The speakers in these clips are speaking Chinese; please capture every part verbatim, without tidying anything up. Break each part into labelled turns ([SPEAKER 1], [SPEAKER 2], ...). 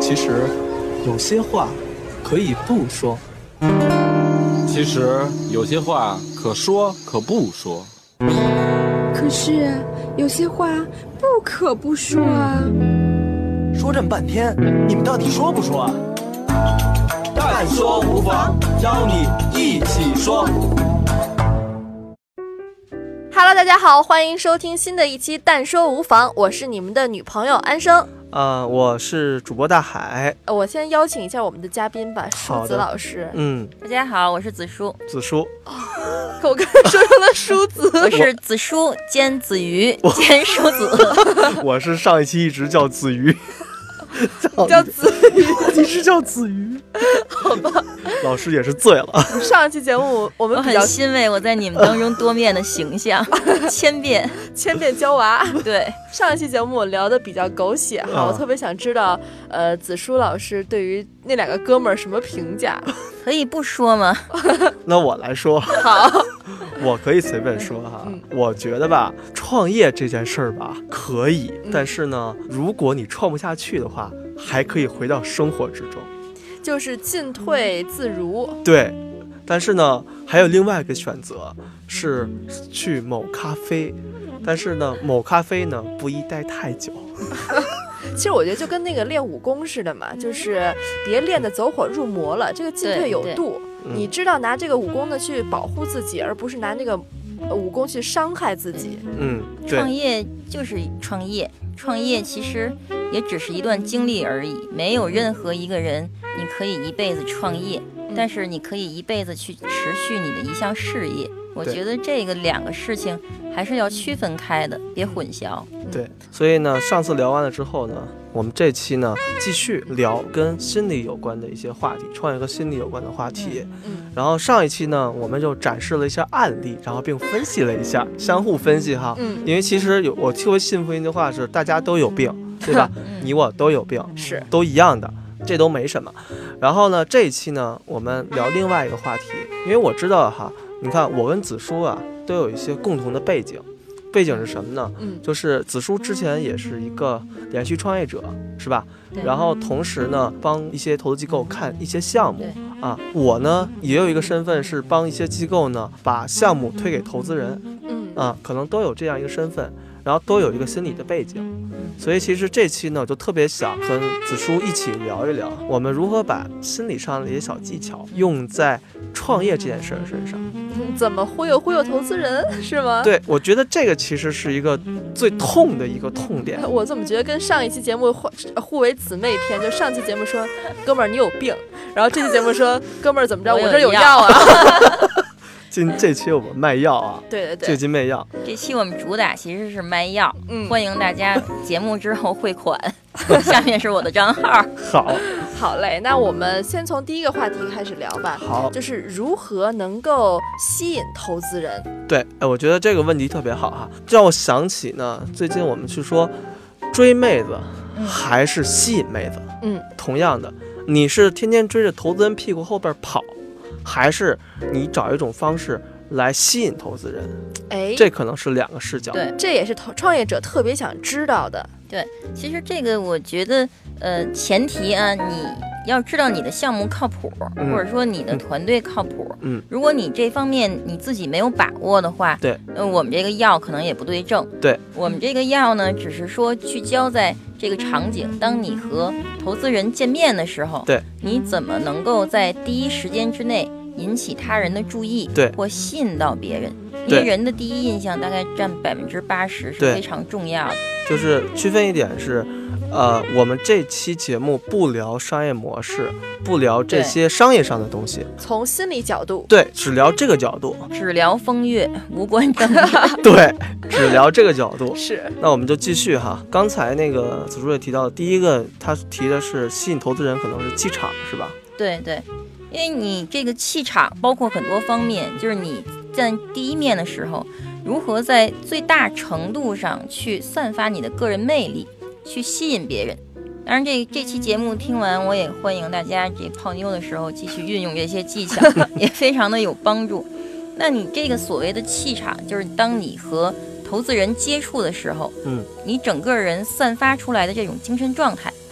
[SPEAKER 1] 其实有些话可以不说，
[SPEAKER 2] 其实有些话可说可不说，
[SPEAKER 3] 可是有些话不可不说啊。
[SPEAKER 4] 说这么半天，你们到底说不说啊？但说无妨，邀你一起说。
[SPEAKER 5] Hello， 大家好，欢迎收听新的一期《但说无妨》，我是你们的女朋友安生。
[SPEAKER 6] 呃，我是主播大海。
[SPEAKER 5] 我先邀请一下我们的嘉宾吧，舒子老师。
[SPEAKER 6] 嗯，
[SPEAKER 7] 大家好，我是子舒。
[SPEAKER 6] 子舒，
[SPEAKER 5] 哦、可我刚才说成了舒子。
[SPEAKER 7] 我是子舒兼子瑜兼舒子。
[SPEAKER 6] 我是上一期一直叫子瑜。
[SPEAKER 5] 叫子瑜，
[SPEAKER 6] 一直叫子瑜，
[SPEAKER 5] 好吧。
[SPEAKER 6] 老师也是醉了。
[SPEAKER 5] 上一期节目我们
[SPEAKER 7] 我很欣慰，我在你们当中多面的形象，千变
[SPEAKER 5] 千变娇娃。
[SPEAKER 7] 对，
[SPEAKER 5] 上一期节目我聊的比较狗血哈、啊，我特别想知道，呃，子舒老师对于那两个哥们儿什么评价？
[SPEAKER 7] 可以不说吗？
[SPEAKER 6] 那我来说。
[SPEAKER 5] 好，
[SPEAKER 6] 我可以随便说哈。嗯、我觉得吧，创业这件事儿吧可以、嗯，但是呢，如果你创不下去的话，还可以回到生活之中，
[SPEAKER 5] 就是进退自如。
[SPEAKER 6] 对，但是呢，还有另外一个选择是去某咖啡，但是呢，某咖啡呢不宜待太久。
[SPEAKER 5] 其实我觉得就跟那个练武功似的嘛，就是别练得走火入魔了，这个进退有度。你知道拿这个武功呢去保护自己，而不是拿那个武功去伤害自己。
[SPEAKER 6] 嗯，
[SPEAKER 7] 创业就是创业，创业其实也只是一段经历而已，没有任何一个人你可以一辈子创业，但是你可以一辈子去持续你的一项事业。我觉得这个两个事情还是要区分开的，别混淆。
[SPEAKER 6] 对，所以呢，上次聊完了之后呢，我们这期呢继续聊跟心理有关的一些话题，创业和心理有关的话题。
[SPEAKER 5] 嗯嗯、
[SPEAKER 6] 然后上一期呢，我们就展示了一下案例，然后并分析了一下，相互分析哈。
[SPEAKER 5] 嗯，
[SPEAKER 6] 因为其实有我特别信服一句话是，大家都有病，对吧？你我都有病，
[SPEAKER 5] 是
[SPEAKER 6] 都一样的。这都没什么。然后呢，这一期呢，我们聊另外一个话题，因为我知道哈，你看我跟子舒啊都有一些共同的背景，背景是什么呢？
[SPEAKER 5] 嗯，
[SPEAKER 6] 就是子舒之前也是一个连续创业者，是吧？然后同时呢，帮一些投资机构看一些项目啊。我呢也有一个身份是帮一些机构呢把项目推给投资人，
[SPEAKER 5] 嗯
[SPEAKER 6] 啊，可能都有这样一个身份。然后都有一个心理的背景，所以其实这期呢，我就特别想跟子舒一起聊一聊，我们如何把心理上的一些小技巧用在创业这件事身上。
[SPEAKER 5] 嗯、怎么忽悠忽悠投资人是吗？
[SPEAKER 6] 对，我觉得这个其实是一个最痛的一个痛点。
[SPEAKER 5] 我怎么觉得跟上一期节目互互为姊妹篇？就上期节目说哥们儿你有病，然后这期节目说哥们儿怎么着，我这有药啊。
[SPEAKER 6] 今这期我们卖药啊，
[SPEAKER 5] 对对对，
[SPEAKER 6] 这期卖药。
[SPEAKER 7] 这期我们主打其实是卖药，
[SPEAKER 5] 嗯，
[SPEAKER 7] 欢迎大家节目之后汇款，下面是我的账号。
[SPEAKER 6] 好，
[SPEAKER 5] 好嘞，那我们先从第一个话题开始聊吧。
[SPEAKER 6] 好，
[SPEAKER 5] 就是如何能够吸引投资人。
[SPEAKER 6] 对，哎，我觉得这个问题特别好哈，让我想起呢，最近我们去说追妹子还是吸引妹子，
[SPEAKER 5] 嗯，
[SPEAKER 6] 同样的，你是天天追着投资人屁股后边跑，还是你找一种方式来吸引投资人？
[SPEAKER 5] 哎，
[SPEAKER 6] 这可能是两个视角。
[SPEAKER 5] 对，这也是投创业者特别想知道的。
[SPEAKER 7] 对，其实这个我觉得，呃，前提啊，你要知道你的项目靠谱，
[SPEAKER 6] 嗯、
[SPEAKER 7] 或者说你的团队靠谱。
[SPEAKER 6] 嗯，
[SPEAKER 7] 如果你这方面你自己没有把握的话，
[SPEAKER 6] 对，
[SPEAKER 7] 呃，我们这个药可能也不对症。
[SPEAKER 6] 对，
[SPEAKER 7] 我们这个药呢，只是说聚焦在这个场景，当你和投资人见面的时候，
[SPEAKER 6] 对，
[SPEAKER 7] 你怎么能够在第一时间之内引起他人的注意，
[SPEAKER 6] 对，
[SPEAKER 7] 或吸引到别人，因为人的第一印象大概占百分之八十，是非常重要的。
[SPEAKER 6] 就是区分一点是，呃，我们这期节目不聊商业模式，不聊这些商业上的东西，
[SPEAKER 5] 从心理角度，
[SPEAKER 6] 对，只聊这个角度，
[SPEAKER 7] 只聊风月，无关正业。
[SPEAKER 6] 对，只聊这个角度。
[SPEAKER 5] 是，
[SPEAKER 6] 那我们就继续哈。刚才那个子舒也提到，第一个他提的是吸引投资人，可能是气场，是吧？
[SPEAKER 7] 对对。因为你这个气场包括很多方面，就是你在第一面的时候，如何在最大程度上去散发你的个人魅力，去吸引别人。当然这这期节目听完，我也欢迎大家这泡妞的时候继续运用这些技巧，也非常的有帮助。那你这个所谓的气场，就是当你和投资人接触的时候，
[SPEAKER 6] 嗯，
[SPEAKER 7] 你整个人散发出来的这种精神状态，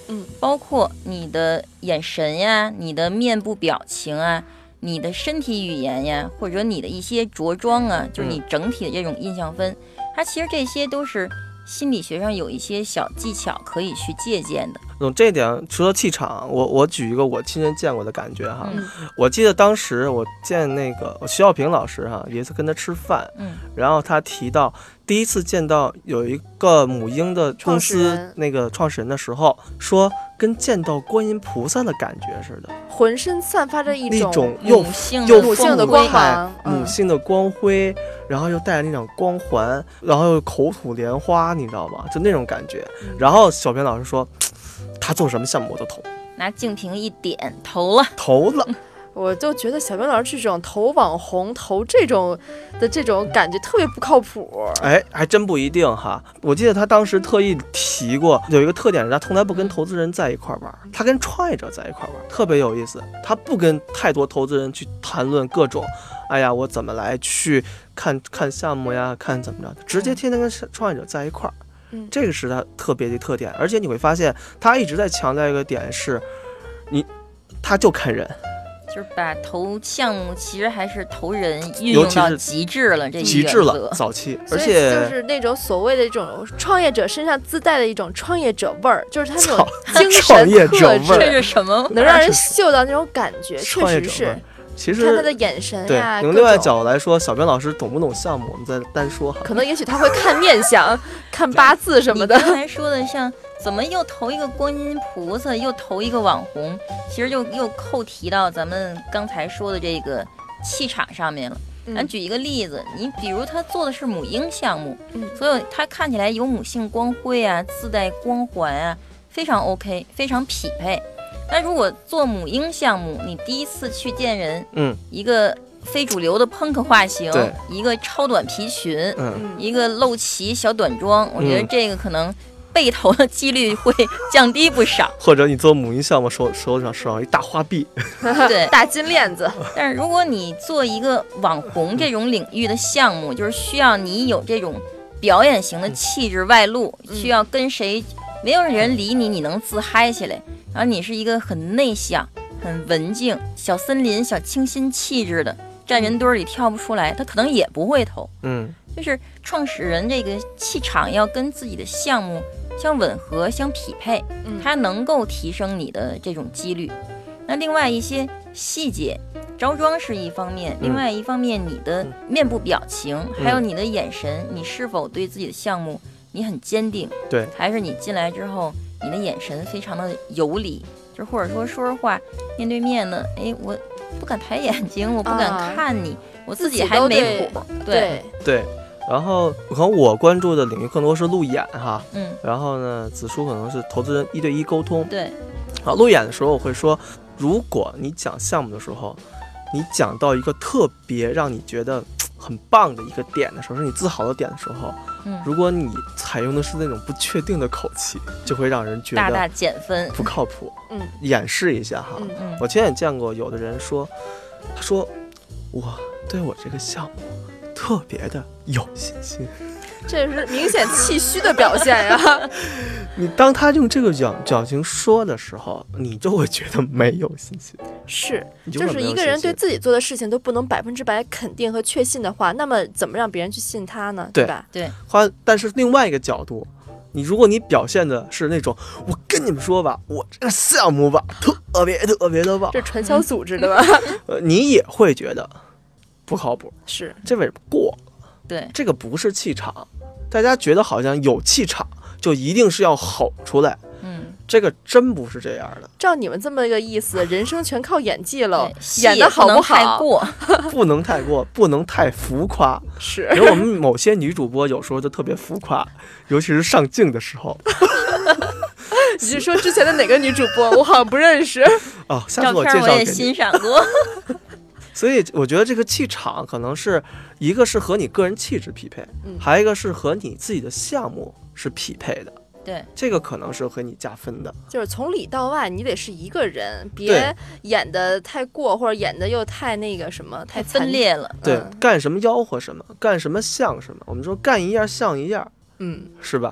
[SPEAKER 5] 嗯，
[SPEAKER 7] 包括你的眼神呀、你的面部表情啊、你的身体语言呀，或者你的一些着装啊，就是你整体的这种印象分，它其实这些都是心理学上有一些小技巧可以去借鉴的。
[SPEAKER 6] 嗯，这一点除了气场，我我举一个我亲身见过的感觉哈。
[SPEAKER 7] 嗯、
[SPEAKER 6] 我记得当时我见那个徐小平老师哈，有一次跟他吃饭，
[SPEAKER 7] 嗯，
[SPEAKER 6] 然后他提到第一次见到有一个母婴的公司那个创始人的时候，说跟见到观音菩萨的感觉似的，
[SPEAKER 5] 浑身散发着一种
[SPEAKER 6] 一种又
[SPEAKER 7] 母性
[SPEAKER 6] 又
[SPEAKER 5] 母性的光芒，
[SPEAKER 6] 母性的光辉，然后又带着那种光环，然后又口吐莲花，你知道吗？就那种感觉。然后小平老师说，他做什么项目我都投，
[SPEAKER 7] 拿净瓶一点投了，
[SPEAKER 6] 投了。
[SPEAKER 5] 我就觉得小平老师这种投网红、投这种的这种感觉特别不靠谱。
[SPEAKER 6] 哎，还真不一定哈。我记得他当时特意提过，有一个特点是他从来不跟投资人在一块玩，他跟创业者在一块玩，特别有意思。他不跟太多投资人去谈论各种，哎呀，我怎么来去看看项目呀，看怎么着，直接天天跟创业者在一块儿。
[SPEAKER 5] 嗯，
[SPEAKER 6] 这个是他特别的特点。而且你会发现，他一直在强调一个点是，你他就看人。
[SPEAKER 7] 就是把投项目其实还是投人运用到极致了，这
[SPEAKER 6] 极致了早期，而且
[SPEAKER 5] 就是那种所谓的这种创业者身上自带的一种创业者味儿，就是他那种精神特质，
[SPEAKER 7] 这是什么？
[SPEAKER 5] 能让人嗅到那种感觉，确实是。
[SPEAKER 6] 其实
[SPEAKER 5] 看他的眼神呀，
[SPEAKER 6] 对，从另外角度来说，小平老师懂不懂项目，我们再单说哈。
[SPEAKER 5] 可能也许他会看面相、看八字什么的。
[SPEAKER 7] 你刚才说的像怎么又投一个观音菩萨，又投一个网红，其实又又扣题到咱们刚才说的这个气场上面了。咱举一个例子，你比如他做的是母婴项目，
[SPEAKER 5] 嗯，
[SPEAKER 7] 所以他看起来有母性光辉啊，自带光环啊，非常 OK， 非常匹配。那如果做母婴项目，你第一次去见人，
[SPEAKER 6] 嗯，
[SPEAKER 7] 一个非主流的朋克发型，一个超短皮裙，
[SPEAKER 6] 嗯，
[SPEAKER 7] 一个露脐小短装，我觉得这个可能被投的几率会降低不少。
[SPEAKER 6] 或者你做母婴项目，手手上手上一大花臂，
[SPEAKER 7] 对，
[SPEAKER 5] 大金链子。
[SPEAKER 7] 但是如果你做一个网红这种领域的项目，就是需要你有这种表演型的气质外露，
[SPEAKER 5] 嗯、
[SPEAKER 7] 需要跟谁没有人理你，你能自嗨起来。然后你是一个很内向、很文静、小森林、小清新气质的，站人堆里跳不出来，他可能也不会投。
[SPEAKER 6] 嗯，
[SPEAKER 7] 就是创始人这个气场要跟自己的项目相吻合、相匹配，它能够提升你的这种几率。那另外一些细节，着装是一方面，另外一方面你的面部表情，
[SPEAKER 6] 嗯、
[SPEAKER 7] 还有你的眼神，你是否对自己的项目你很坚定？
[SPEAKER 6] 对，
[SPEAKER 7] 还是你进来之后？你的眼神非常的有理，就或者说说实话，面对面的，哎，我不敢抬眼睛，我不敢看你，啊、我自己还没谱。
[SPEAKER 5] 对
[SPEAKER 6] 对，然后可能我关注的领域更多是路演哈，
[SPEAKER 7] 嗯，
[SPEAKER 6] 然后呢，子舒可能是投资人一对一沟通。
[SPEAKER 7] 对，
[SPEAKER 6] 好，路演的时候我会说，如果你讲项目的时候，你讲到一个特别让你觉得很棒的一个点的时候，是你自豪的点的时候，
[SPEAKER 7] 嗯，
[SPEAKER 6] 如果你采用的是那种不确定的口气，就会让人觉得
[SPEAKER 7] 大大减分，
[SPEAKER 6] 不靠谱。
[SPEAKER 5] 嗯，
[SPEAKER 6] 掩饰一下哈。
[SPEAKER 5] 嗯
[SPEAKER 7] 嗯，
[SPEAKER 6] 我前也见过有的人说，他说我对我这个项目特别的有信心。
[SPEAKER 5] 这是明显气虚的表现呀！
[SPEAKER 6] 你当他用这个表表情说的时候，你就会觉得没有信心。
[SPEAKER 5] 是，
[SPEAKER 6] 就
[SPEAKER 5] 就是一个人对自己做的事情都不能百分之百肯定和确信的话，那么怎么让别人去信他呢？
[SPEAKER 6] 对
[SPEAKER 5] 吧？
[SPEAKER 7] 对。
[SPEAKER 6] 花，但是另外一个角度，你如果你表现的是那种，我跟你们说吧，我这个项目吧，特别特别的棒，
[SPEAKER 5] 这传销组织的吧？
[SPEAKER 6] 呃，你也会觉得不靠谱。
[SPEAKER 5] 是，
[SPEAKER 6] 这为什么过？
[SPEAKER 7] 对，
[SPEAKER 6] 这个不是气场。大家觉得好像有气场就一定是要吼出来，
[SPEAKER 7] 嗯，
[SPEAKER 6] 这个真不是这样的。
[SPEAKER 5] 照你们这么一个意思，人生全靠演技了，演的好
[SPEAKER 7] 不
[SPEAKER 5] 好？
[SPEAKER 6] 不能太过，不能太浮夸。
[SPEAKER 5] 是，
[SPEAKER 6] 因为我们某些女主播有时候就特别浮夸，尤其是上镜的时候。
[SPEAKER 5] 你是说之前的哪个女主播？我好像不认识。
[SPEAKER 6] 哦，下次我介绍给你。
[SPEAKER 7] 照片我也欣赏过。
[SPEAKER 6] 所以我觉得这个气场可能是一个是和你个人气质匹配，
[SPEAKER 5] 嗯，
[SPEAKER 6] 还有一个是和你自己的项目是匹配的。
[SPEAKER 7] 对，
[SPEAKER 6] 这个可能是和你加分的。
[SPEAKER 5] 就是从里到外，你得是一个人，别演的太过，或者演的又太那个什么，太
[SPEAKER 7] 分裂了。
[SPEAKER 6] 对，
[SPEAKER 5] 嗯，
[SPEAKER 6] 干什么吆喝什么，干什么像什么。我们说干一样像一样，
[SPEAKER 5] 嗯，
[SPEAKER 6] 是吧？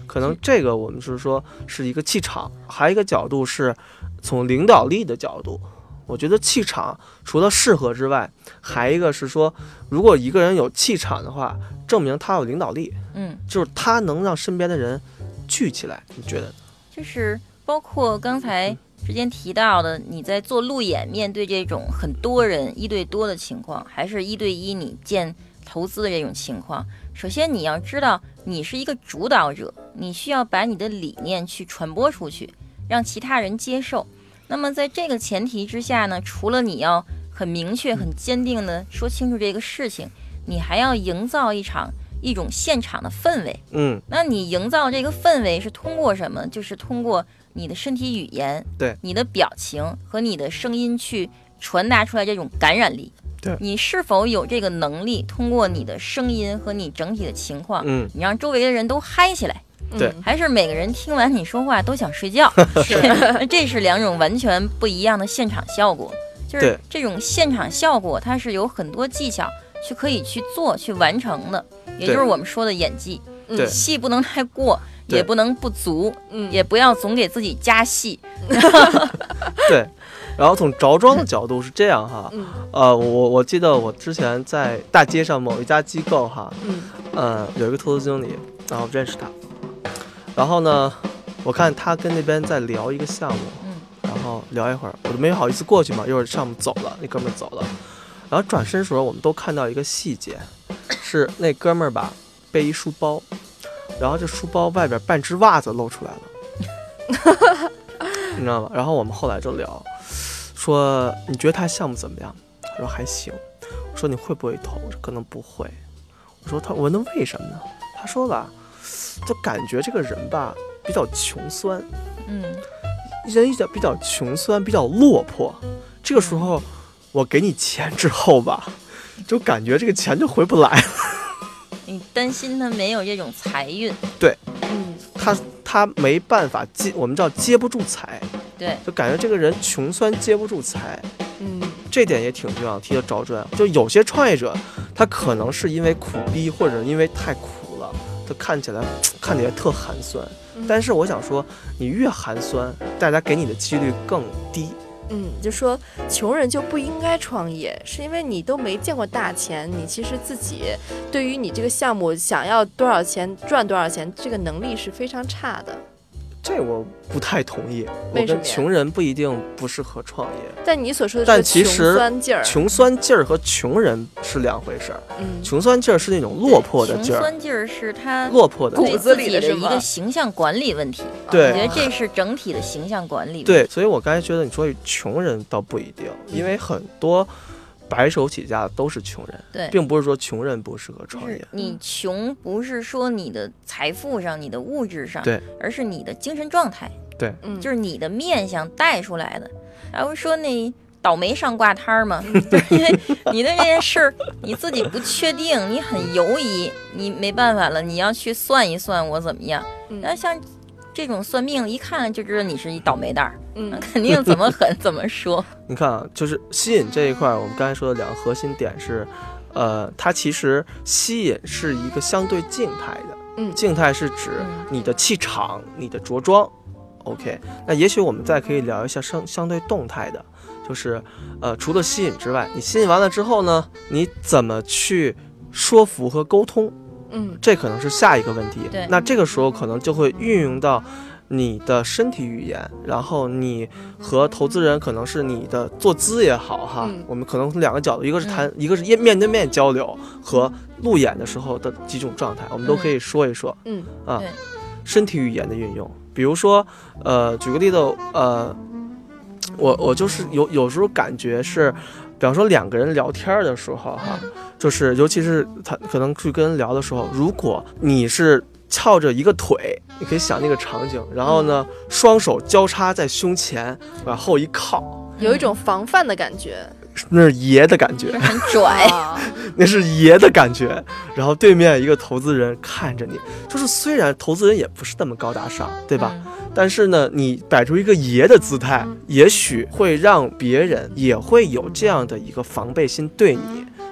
[SPEAKER 6] 可能这个我们是说是一个气场，还有一个角度是从领导力的角度。我觉得气场除了适合之外，还一个是说，如果一个人有气场的话，证明他有领导力，
[SPEAKER 7] 嗯，
[SPEAKER 6] 就是他能让身边的人聚起来。你觉得呢？
[SPEAKER 7] 就是包括刚才之前提到的，你在做路演，面对这种很多人一对多的情况，还是一对一你见投资的这种情况，首先你要知道你是一个主导者，你需要把你的理念去传播出去，让其他人接受。那么在这个前提之下呢，除了你要很明确很坚定的说清楚这个事情，你还要营造一场一种现场的氛围。
[SPEAKER 6] 嗯，
[SPEAKER 7] 那你营造这个氛围是通过什么？就是通过你的身体语言，
[SPEAKER 6] 对，
[SPEAKER 7] 你的表情和你的声音去传达出来这种感染力。
[SPEAKER 6] 对，
[SPEAKER 7] 你是否有这个能力，通过你的声音和你整体的情况，
[SPEAKER 6] 嗯，
[SPEAKER 7] 你让周围的人都嗨起来？
[SPEAKER 6] 对，
[SPEAKER 7] 还是每个人听完你说话都想睡觉？是，这是两种完全不一样的现场效果。就是这种现场效果，它是有很多技巧去可以去做去完成的，也就是我们说的演技。
[SPEAKER 6] 对，
[SPEAKER 7] 戏不能太过，也不能不足，
[SPEAKER 5] 嗯，
[SPEAKER 7] 也不要总给自己加戏。
[SPEAKER 6] 对，然后从着装的角度是这样哈，
[SPEAKER 5] 嗯，
[SPEAKER 6] 呃，我我记得我之前在大街上某一家机构哈，
[SPEAKER 5] 嗯，
[SPEAKER 6] 呃，有一个投资经理，然后认识他，然后呢，我看他跟那边在聊一个项目，
[SPEAKER 7] 嗯，
[SPEAKER 6] 然后聊一会儿，我就没好意思过去嘛，一会儿项目走了，那哥们儿走了，然后转身的时候，我们都看到一个细节，是那哥们儿吧背一书包，然后这书包外边半只袜子露出来了。你知道吗？然后我们后来就聊，说你觉得他项目怎么样？他说还行。我说你会不会投？我说可能不会。我说他，我问他为什么呢？他说吧，就感觉这个人吧比较穷酸，
[SPEAKER 7] 嗯，
[SPEAKER 6] 人比较比较穷酸，比较落魄。这个时候我给你钱之后吧，就感觉这个钱就回不来了。
[SPEAKER 7] 你担心他没有这种财运？
[SPEAKER 6] 对，
[SPEAKER 5] 嗯，
[SPEAKER 6] 他。他没办法接，我们叫接不住财，
[SPEAKER 7] 对，
[SPEAKER 6] 就感觉这个人穷酸接不住财，
[SPEAKER 5] 嗯，
[SPEAKER 6] 这点也挺重要，提到着装。就有些创业者，他可能是因为苦逼或者因为太苦了，他看起来看起来特寒酸，
[SPEAKER 5] 嗯，
[SPEAKER 6] 但是我想说，你越寒酸，大家给你的几率更低。
[SPEAKER 5] 嗯，就说穷人就不应该创业，是因为你都没见过大钱，你其实自己对于你这个项目想要多少钱赚多少钱，这个能力是非常差的。
[SPEAKER 6] 这我不太同意，我跟穷人不一定不适合创业。
[SPEAKER 5] 但你所说的
[SPEAKER 6] 但其实
[SPEAKER 5] 穷酸劲儿，
[SPEAKER 6] 穷酸劲儿和穷人是两回事儿。
[SPEAKER 5] 嗯，
[SPEAKER 6] 穷酸劲儿是那种落魄的劲儿，
[SPEAKER 7] 穷酸劲儿是他
[SPEAKER 6] 落魄的
[SPEAKER 5] 骨子里
[SPEAKER 7] 的一个形象管理问题。
[SPEAKER 6] 对，
[SPEAKER 7] 我觉得这是整体的形象管理问题。
[SPEAKER 6] 对，所以我刚才觉得你说穷人倒不一定，因为很多白手起家的都是穷人，
[SPEAKER 7] 对，
[SPEAKER 6] 并不是说穷人不适合创业。
[SPEAKER 7] 你穷不是说你的财富上、你的物质上，
[SPEAKER 6] 对，
[SPEAKER 7] 而是你的精神状态，
[SPEAKER 6] 对，
[SPEAKER 5] 嗯，
[SPEAKER 7] 就是你的面相带出来的。然后说那倒霉上挂摊儿嘛，就是因为你的这件事儿你自己不确定，你很犹疑，你没办法了，你要去算一算我怎么样。然后像这种算命一看就知道你是一倒霉蛋儿，
[SPEAKER 5] 嗯，
[SPEAKER 7] 肯定怎么狠怎么说。
[SPEAKER 6] 你看啊，就是吸引这一块，我们刚才说的两个核心点是，呃，它其实吸引是一个相对静态的，
[SPEAKER 5] 嗯，
[SPEAKER 6] 静态是指你的气场、你的着装。OK， 那也许我们再可以聊一下相相对动态的，就是呃，除了吸引之外，你吸引完了之后呢，你怎么去说服和沟通？
[SPEAKER 5] 嗯，
[SPEAKER 6] 这可能是下一个问题。
[SPEAKER 7] 对，
[SPEAKER 6] 那这个时候可能就会运用到你的身体语言，然后你和投资人可能是你的坐姿也好哈，
[SPEAKER 5] 嗯，
[SPEAKER 6] 我们可能从两个角度，一个是谈，嗯，一个是面对面交流和路演的时候的几种状态，我们都可以说一说。
[SPEAKER 5] 嗯
[SPEAKER 6] 啊，身体语言的运用，比如说，呃，举个例子，呃，我我就是有有时候感觉是，比方说两个人聊天的时候哈，就是尤其是他可能去跟人聊的时候，如果你是翘着一个腿，你可以想那个场景，然后呢，双手交叉在胸前，往后一靠，
[SPEAKER 5] 有一种防范的感觉。
[SPEAKER 6] 那是爷的感觉，
[SPEAKER 7] 很拽，
[SPEAKER 6] 那是爷的感觉。然后对面一个投资人看着你，就是虽然投资人也不是那么高大上，对吧？嗯，但是呢，你摆出一个爷的姿态，也许会让别人也会有这样的一个防备心对你。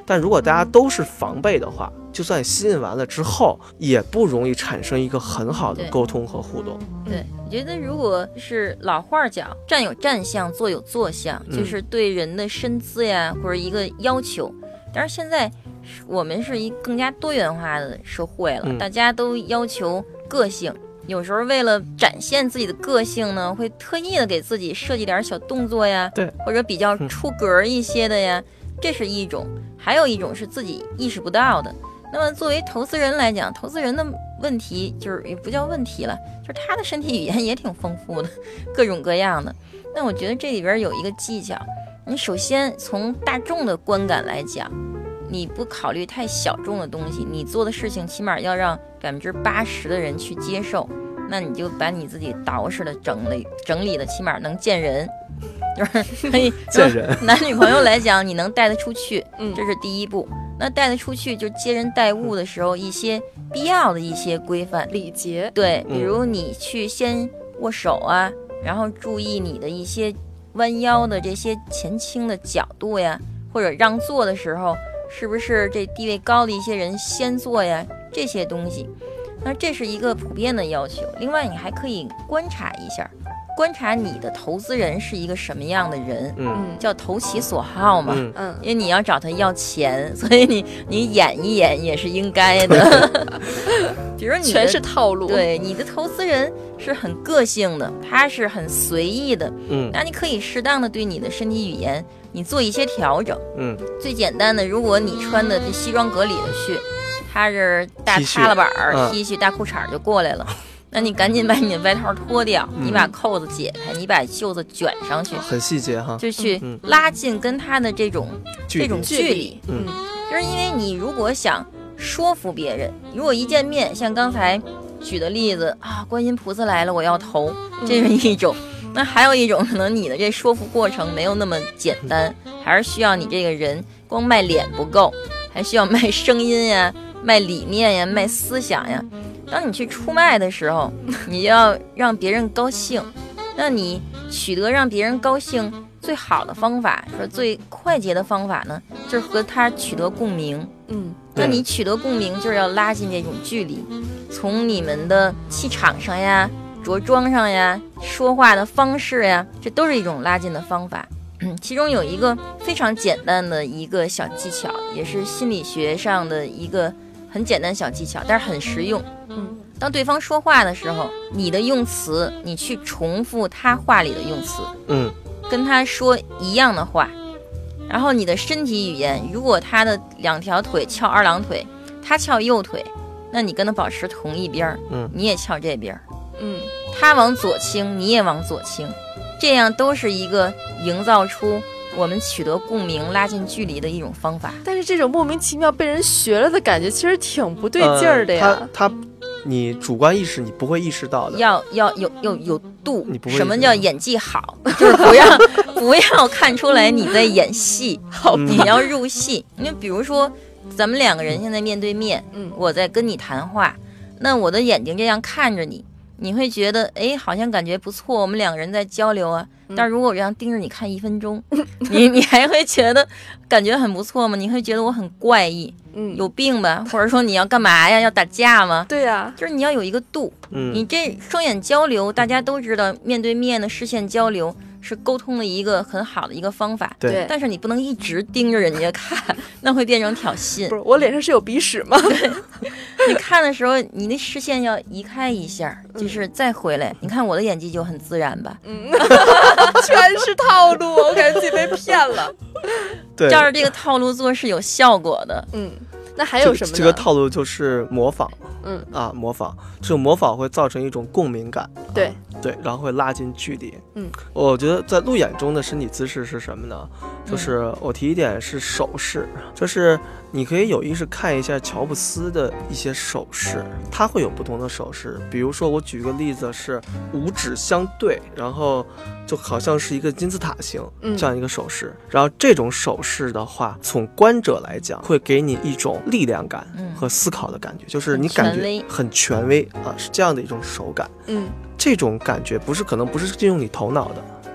[SPEAKER 6] 但如果大家都是防备的话，就算吸引完了之后，也不容易产生一个很好的沟通和互动。
[SPEAKER 7] 对，我觉得如果是老话讲，站有站相，坐有坐相，就是对人的身姿呀，或者一个要求。但是现在我们是一更加多元化的社会了，嗯、大家都要求个性。有时候为了展现自己的个性呢，会特意的给自己设计点小动作呀，
[SPEAKER 6] 对，
[SPEAKER 7] 或者比较出格一些的呀，嗯、这是一种。还有一种是自己意识不到的。那么作为投资人来讲，投资人的问题就是也不叫问题了，就是他的身体语言也挺丰富的，各种各样的。那我觉得这里边有一个技巧，你首先从大众的观感来讲，你不考虑太小众的东西，你做的事情起码要让百分之八十的人去接受，那你就把你自己捯饬的整理整理的起码能见人，就是可以
[SPEAKER 6] 见人。
[SPEAKER 7] 男女朋友来讲，你能带得出去，这是第一步。那带得出去，就接人待物的时候，一些必要的一些规范
[SPEAKER 5] 礼节，
[SPEAKER 7] 对，比如你去先握手啊，然后注意你的一些弯腰的这些前倾的角度呀，或者让座的时候，是不是这地位高的一些人先坐呀？这些东西，那这是一个普遍的要求。另外，你还可以观察一下。观察你的投资人是一个什么样的人，嗯，叫投其所好嘛，嗯，因为你要找他要钱，所以你你演一演也是应该的。比如你
[SPEAKER 5] 全是套路，
[SPEAKER 7] 对，你的投资人是很个性的，他是很随意的，嗯，那你可以适当的对你的身体语言你做一些调整，嗯，最简单的，如果你穿的这西装革履的去，他是大擦了板儿 T 恤大裤衩就过来了。那你赶紧把你的外套脱掉，嗯、你把扣子解开，你把袖子卷上去，
[SPEAKER 6] 很细节哈，
[SPEAKER 7] 就去拉近跟他的这种、嗯、这种距离。嗯，就是因为你如果想说服别人，如果一见面，像刚才举的例子啊，观音菩萨来了，我要投，这是一种。嗯、那还有一种，可能你的这说服过程没有那么简单，还是需要你这个人光卖脸不够，还需要卖声音呀、卖理念呀、卖思想呀。当你去出卖的时候，你就要让别人高兴。那你取得让别人高兴最好的方法，说最快捷的方法呢，就是和他取得共鸣。嗯，那你取得共鸣，就是要拉近这种距离，从你们的气场上呀、着装上呀、说话的方式呀，这都是一种拉近的方法。嗯，其中有一个非常简单的一个小技巧，也是心理学上的一个很简单小技巧，但是很实用。嗯，当对方说话的时候，你的用词，你去重复他话里的用词，嗯，跟他说一样的话，然后你的身体语言，如果他的两条腿翘二郎腿，他翘右腿，那你跟他保持同一边，嗯，你也翘这边，嗯，他往左倾，你也往左倾，这样都是一个营造出我们取得共鸣、拉近距离的一种方法。
[SPEAKER 5] 但是这种莫名其妙被人学了的感觉，其实挺不对劲儿的呀。
[SPEAKER 6] 呃、他他，你主观意识你不会意识到的。
[SPEAKER 7] 要要有有有度。
[SPEAKER 6] 你不会。
[SPEAKER 7] 什么叫演技好？就是不要不要看出来你在演戏，你要入戏。因为比如说，咱们两个人现在面对面，嗯，我在跟你谈话，那我的眼睛这样看着你。你会觉得哎，好像感觉不错，我们两个人在交流啊。但是如果我这样盯着你看一分钟，你你还会觉得感觉很不错吗？你会觉得我很怪异，嗯，有病吧？或者说你要干嘛呀？要打架吗？
[SPEAKER 5] 对呀、啊，
[SPEAKER 7] 就是你要有一个度。嗯，你这双眼交流，大家都知道，面对面的视线交流是沟通的一个很好的一个方法。
[SPEAKER 6] 对，
[SPEAKER 7] 但是你不能一直盯着人家看，那会变成挑衅。
[SPEAKER 5] 不是，我脸上是有鼻屎吗？
[SPEAKER 7] 对，你看的时候，你那视线要移开一下，就是再回来。你看我的演技就很自然吧？嗯，
[SPEAKER 5] 全是套路，我感觉自己被骗了。
[SPEAKER 6] 对，
[SPEAKER 7] 照着这个套路做是有效果的。
[SPEAKER 5] 嗯，那还有什么呢？
[SPEAKER 6] 这, 这个套路就是模仿。嗯啊，模仿，这种模仿会造成一种共鸣感。
[SPEAKER 5] 对、
[SPEAKER 6] 啊、对，然后会拉近距离。嗯，我觉得在路演中的身体姿势是什么呢？就是我提一点是手势，就是你可以有意识看一下乔布斯的一些手势，他会有不同的手势。比如说，我举个例子是五指相对，然后就好像是一个金字塔形这样一个手势。嗯、然后这种手势的话，从观者来讲，会给你一种力量感和思考的感觉，就是你感觉很权威啊，是这样的一种手感。嗯，这种感觉不是可能不是进入你头脑的，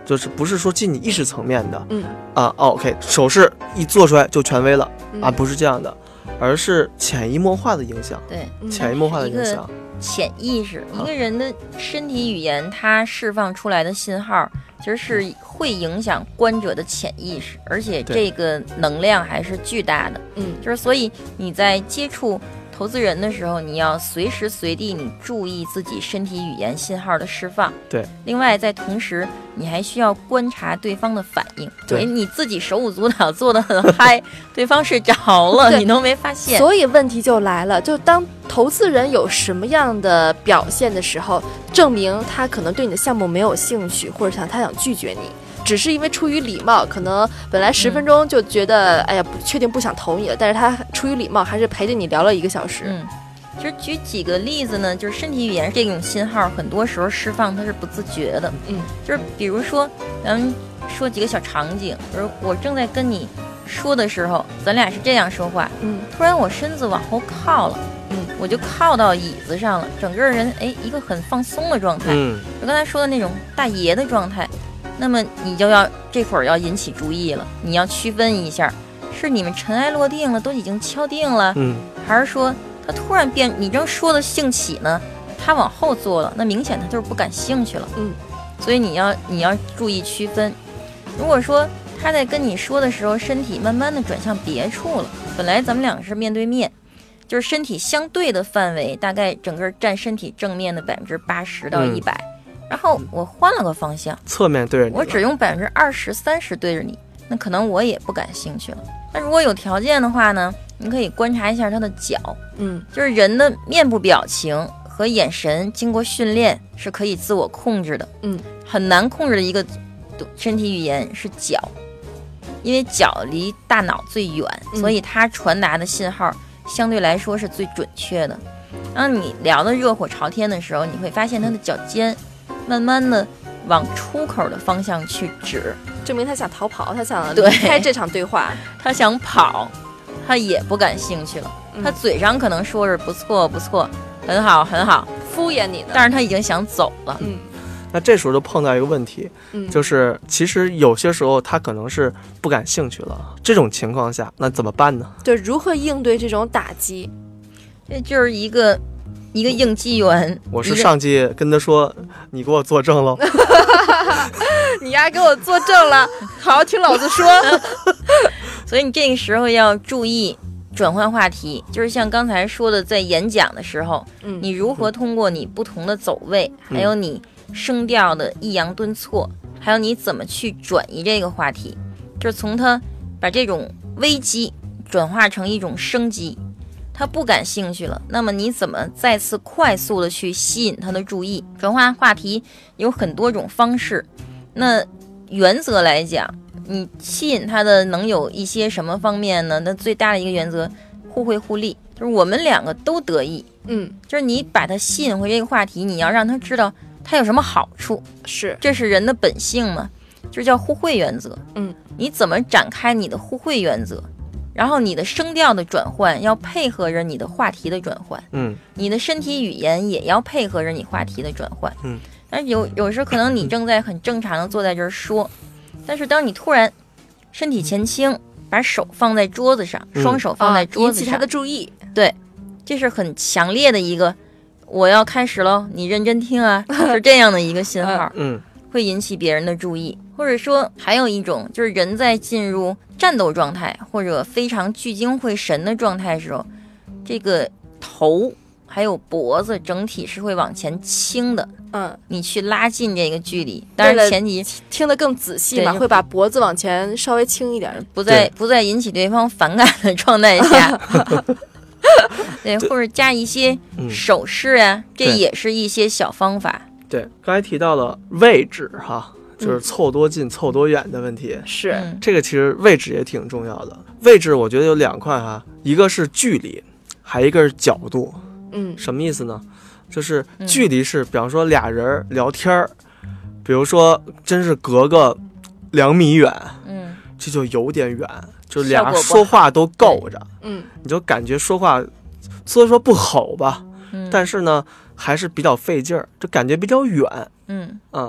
[SPEAKER 6] 就是不是说进你意识层面的，
[SPEAKER 5] 嗯
[SPEAKER 6] 啊、哦、，OK， 手势一做出来就权威了、
[SPEAKER 5] 嗯、
[SPEAKER 6] 啊，不是这样的，而是潜移默化的影响，
[SPEAKER 7] 对，
[SPEAKER 6] 潜移默化的影响。
[SPEAKER 7] 潜意识，一个人的身体语言，它释放出来的信号，其实是会影响观者的潜意识，而且这个能量还是巨大的。
[SPEAKER 5] 嗯，
[SPEAKER 7] 就是所以你在接触投资人的时候，你要随时随地你注意自己身体语言信号的释放。
[SPEAKER 6] 对，
[SPEAKER 7] 另外在同时，你还需要观察对方的反应。
[SPEAKER 6] 对，
[SPEAKER 7] 你自己手舞足蹈做得很嗨，对方睡着了，你都没发现。
[SPEAKER 5] 所以问题就来了，就当投资人有什么样的表现的时候，证明他可能对你的项目没有兴趣，或者想他想拒绝你。只是因为出于礼貌，可能本来十分钟就觉得、嗯、哎呀不确定不想投你了，但是他出于礼貌还是陪着你聊了一个小时。
[SPEAKER 7] 嗯，其实举几个例子呢，就是身体语言这种信号很多时候释放它是不自觉的。
[SPEAKER 5] 嗯，
[SPEAKER 7] 就是比如说咱们说几个小场景，比如我正在跟你说的时候，咱俩是这样说话，
[SPEAKER 5] 嗯，
[SPEAKER 7] 突然我身子往后靠了，
[SPEAKER 5] 嗯，
[SPEAKER 7] 我就靠到椅子上了，整个人哎一个很放松的状态，
[SPEAKER 6] 嗯，
[SPEAKER 7] 就刚才说的那种大爷的状态。那么你就要这会儿要引起注意了，你要区分一下，是你们尘埃落定了，都已经敲定了，
[SPEAKER 6] 嗯，
[SPEAKER 7] 还是说他突然变，你正说的兴起呢，他往后坐了，那明显他就是不感兴趣了，
[SPEAKER 5] 嗯，
[SPEAKER 7] 所以你要你要注意区分。如果说他在跟你说的时候，身体慢慢的转向别处了，本来咱们两个是面对面，就是身体相对的范围，大概整个占身体正面的百分之八十到一百。嗯，然后我换了个方向，
[SPEAKER 6] 侧面对着你，
[SPEAKER 7] 我只用百分之二十、三十对着你，那可能我也不感兴趣了。那如果有条件的话呢，你可以观察一下他的脚，
[SPEAKER 5] 嗯，
[SPEAKER 7] 就是人的面部表情和眼神，经过训练是可以自我控制的，
[SPEAKER 5] 嗯，
[SPEAKER 7] 很难控制的一个身体语言是脚，因为脚离大脑最远，
[SPEAKER 5] 嗯、
[SPEAKER 7] 所以它传达的信号相对来说是最准确的。当你聊得热火朝天的时候，你会发现他的脚尖慢慢的往出口的方向去指，
[SPEAKER 5] 证明他想逃跑，他想离开这场对话，
[SPEAKER 7] 他想跑，他也不感兴趣了、嗯、他嘴上可能说是不错不错，很好很好，
[SPEAKER 5] 敷衍你呢，
[SPEAKER 7] 但是他已经想走了。
[SPEAKER 5] 嗯，
[SPEAKER 6] 那这时候就碰到一个问题、
[SPEAKER 5] 嗯、
[SPEAKER 6] 就是其实有些时候他可能是不感兴趣了，这种情况下那怎么办呢？
[SPEAKER 5] 对，如何应对这种打击？
[SPEAKER 7] 这就是一个一个应激源，
[SPEAKER 6] 我是上级跟他说你给我作证喽
[SPEAKER 5] 你丫给我作证了，好好听老子说
[SPEAKER 7] 所以你这个时候要注意转换话题，就是像刚才说的，在演讲的时候、嗯、你如何通过你不同的走位、嗯、还有你声调的抑扬顿挫、嗯、还有你怎么去转移这个话题，就是从他把这种危机转化成一种生机，他不感兴趣了，那么你怎么再次快速的去吸引他的注意？转换话题有很多种方式，那原则来讲，你吸引他的能有一些什么方面呢？那最大的一个原则，互惠互利，就是我们两个都得益。
[SPEAKER 5] 嗯，
[SPEAKER 7] 就是你把他吸引回这个话题，你要让他知道他有什么好处，
[SPEAKER 5] 是，
[SPEAKER 7] 这是人的本性嘛，这叫互惠原则。
[SPEAKER 5] 嗯，
[SPEAKER 7] 你怎么展开你的互惠原则？然后你的声调的转换要配合着你的话题的转换，
[SPEAKER 6] 嗯，
[SPEAKER 7] 你的身体语言也要配合着你话题的转换，
[SPEAKER 6] 嗯。
[SPEAKER 7] 但是有有时可能你正在很正常的坐在这儿说，但是当你突然身体前倾，把手放在桌子上，
[SPEAKER 6] 嗯、
[SPEAKER 7] 双手放在桌子上、
[SPEAKER 5] 啊，引起他的注意，
[SPEAKER 7] 对，这是很强烈的一个，我要开始喽，你认真听啊，是这样的一个信号，
[SPEAKER 6] 嗯，
[SPEAKER 7] 会引起别人的注意。或者说还有一种就是人在进入战斗状态或者非常聚精会神的状态的时候，这个头还有脖子整体是会往前倾的，
[SPEAKER 5] 嗯，
[SPEAKER 7] 你去拉近这个距离，但是前提
[SPEAKER 5] 听得更仔细嘛，会把脖子往前稍微倾一点，
[SPEAKER 7] 不在不在引起对方反感的状态下对，或者加一些手势啊、嗯、这也是一些小方法。
[SPEAKER 6] 对，刚才提到了位置哈，就是凑多近、嗯、凑多远的问题，
[SPEAKER 5] 是、
[SPEAKER 7] 嗯、
[SPEAKER 6] 这个其实位置也挺重要的。位置我觉得有两块哈，一个是距离，还一个是角度。
[SPEAKER 5] 嗯，
[SPEAKER 6] 什么意思呢？就是距离是，比方说俩人聊天儿、嗯，比如说真是隔个两米远，
[SPEAKER 7] 嗯，
[SPEAKER 6] 这就有点远，就俩说话都够着，
[SPEAKER 5] 嗯，
[SPEAKER 6] 你就感觉说话虽然说不吼吧，
[SPEAKER 7] 嗯，
[SPEAKER 6] 但是呢还是比较费劲儿，就感觉比较远，
[SPEAKER 7] 嗯
[SPEAKER 6] 啊。